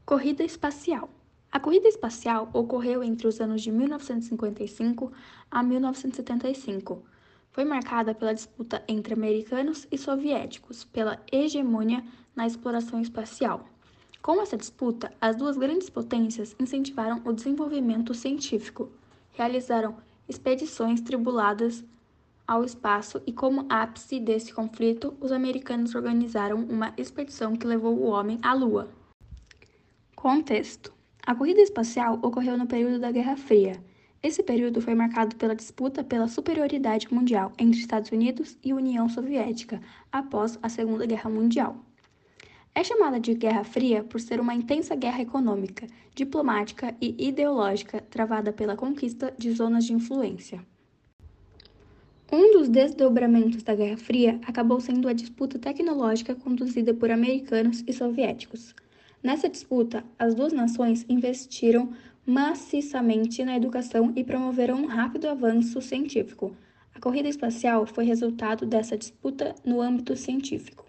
Corrida espacial. A corrida espacial ocorreu entre os anos de 1955 a 1975. Foi marcada pela disputa entre americanos e soviéticos pela hegemonia na exploração espacial. Com essa disputa, as duas grandes potências incentivaram o desenvolvimento científico, realizaram expedições tripuladas ao espaço e, como ápice desse conflito, os americanos organizaram uma expedição que levou o homem à Lua. Contexto: a corrida espacial ocorreu no período da Guerra Fria. Esse período foi marcado pela disputa pela superioridade mundial entre Estados Unidos e União Soviética após a Segunda Guerra Mundial. É chamada de Guerra Fria por ser uma intensa guerra econômica, diplomática e ideológica travada pela conquista de zonas de influência. Um dos desdobramentos da Guerra Fria acabou sendo a disputa tecnológica conduzida por americanos e soviéticos. Nessa disputa, as duas nações investiram maciçamente na educação e promoveram um rápido avanço científico. A corrida espacial foi resultado dessa disputa no âmbito científico.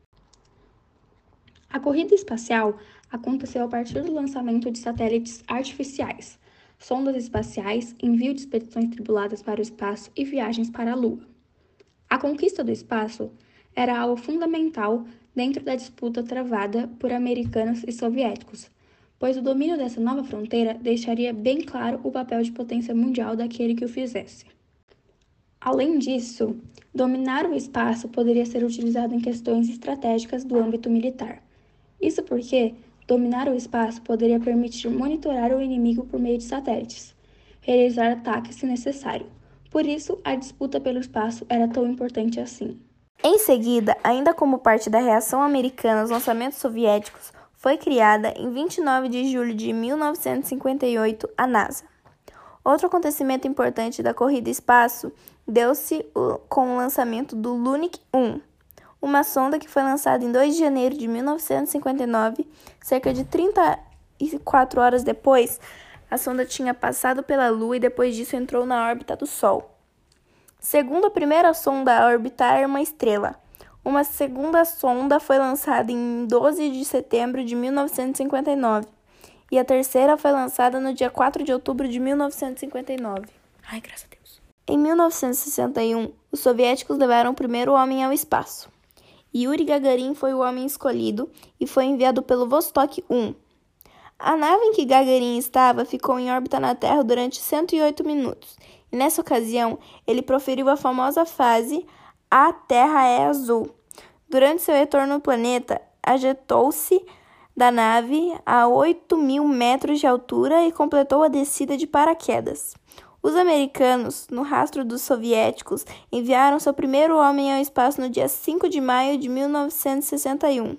A corrida espacial aconteceu a partir do lançamento de satélites artificiais, sondas espaciais, envio de expedições tripuladas para o espaço e viagens para a Lua. A conquista do espaço era algo fundamental dentro da disputa travada por americanos e soviéticos, pois o domínio dessa nova fronteira deixaria bem claro o papel de potência mundial daquele que o fizesse. Além disso, dominar o espaço poderia ser utilizado em questões estratégicas do âmbito militar. Isso porque dominar o espaço poderia permitir monitorar o inimigo por meio de satélites, realizar ataques se necessário. Por isso, a disputa pelo espaço era tão importante assim. Em seguida, ainda como parte da reação americana aos lançamentos soviéticos, foi criada, em 29 de julho de 1958, a NASA. Outro acontecimento importante da corrida espaço deu-se com o lançamento do Lunik 1, uma sonda que foi lançada em 2 de janeiro de 1959. Cerca de 34 horas depois, a sonda tinha passado pela Lua e depois disso entrou na órbita do Sol. Segundo a primeira sonda a orbitar uma estrela, uma segunda sonda foi lançada em 12 de setembro de 1959 e a terceira foi lançada no dia 4 de outubro de 1959. Ai, graças a Deus. Em 1961, os soviéticos levaram o primeiro homem ao espaço. Yuri Gagarin foi o homem escolhido e foi enviado pelo Vostok 1. A nave em que Gagarin estava ficou em órbita na Terra durante 108 minutos, e nessa ocasião ele proferiu a famosa frase "A Terra é azul". Durante seu retorno ao planeta, ajetou-se da nave a 8.000 metros de altura e completou a descida de paraquedas. Os americanos, no rastro dos soviéticos, enviaram seu primeiro homem ao espaço no dia 5 de maio de 1961.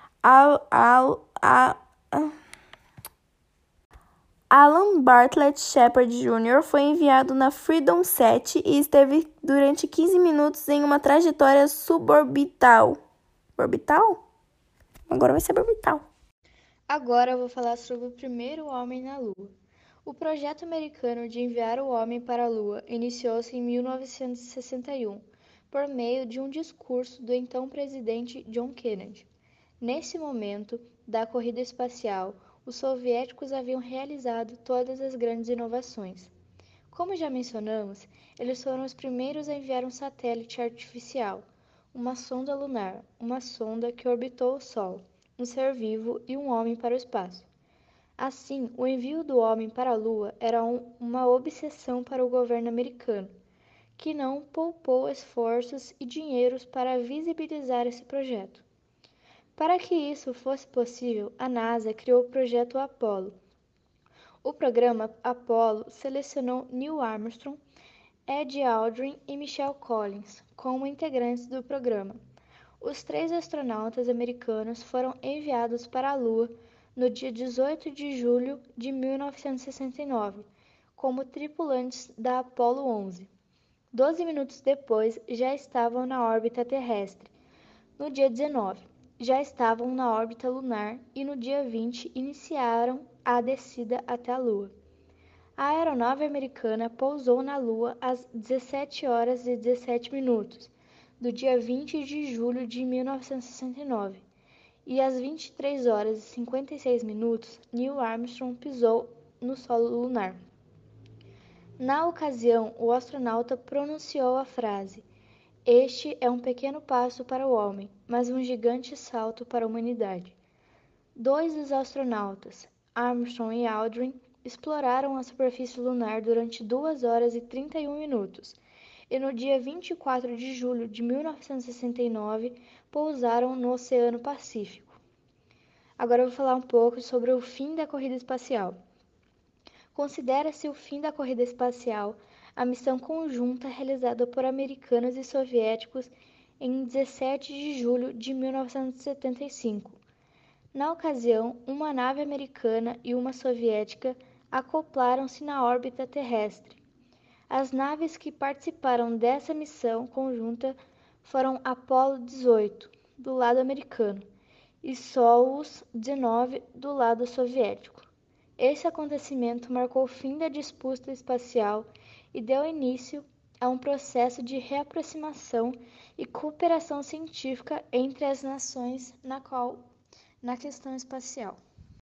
Alan Bartlett Shepard Jr. foi enviado na Freedom 7 e esteve durante 15 minutos em uma trajetória suborbital. Orbital? Agora vai ser orbital. Agora eu vou falar sobre o primeiro homem na Lua. O projeto americano de enviar o homem para a Lua iniciou-se em 1961, por meio de um discurso do então presidente John Kennedy. Nesse momento da corrida espacial, os soviéticos haviam realizado todas as grandes inovações. Como já mencionamos, eles foram os primeiros a enviar um satélite artificial, uma sonda lunar, uma sonda que orbitou o Sol, um ser vivo e um homem para o espaço. Assim, o envio do homem para a Lua era uma obsessão para o governo americano, que não poupou esforços e dinheiros para visibilizar esse projeto. Para que isso fosse possível, a NASA criou o projeto Apollo. O programa Apollo selecionou Neil Armstrong, Ed Aldrin e Michael Collins como integrantes do programa. Os 3 astronautas americanos foram enviados para a Lua no dia 18 de julho de 1969, como tripulantes da Apollo 11. 12 minutos depois, já estavam na órbita terrestre. No dia 19, já estavam na órbita lunar e no dia 20 iniciaram a descida até a Lua. A aeronave americana pousou na Lua às 17 horas e 17 minutos, do dia 20 de julho de 1969. e às 23 horas e 56 minutos, Neil Armstrong pisou no solo lunar. Na ocasião, o astronauta pronunciou a frase: "Este é um pequeno passo para o homem, mas um gigante salto para a humanidade." Dois dos astronautas, Armstrong e Aldrin, exploraram a superfície lunar durante 2 horas e 31 minutos e no dia 24 de julho de 1969 pousaram no Oceano Pacífico. Agora eu vou falar um pouco sobre o fim da corrida espacial. Considera-se o fim da corrida espacial a missão conjunta realizada por americanos e soviéticos em 17 de julho de 1975. Na ocasião, uma nave americana e uma soviética acoplaram-se na órbita terrestre. As naves que participaram dessa missão conjunta foram Apollo 18, do lado americano, e Soyuz 19, do lado soviético. Esse acontecimento marcou o fim da disputa espacial e deu início a um processo de reaproximação e cooperação científica entre as nações na questão espacial.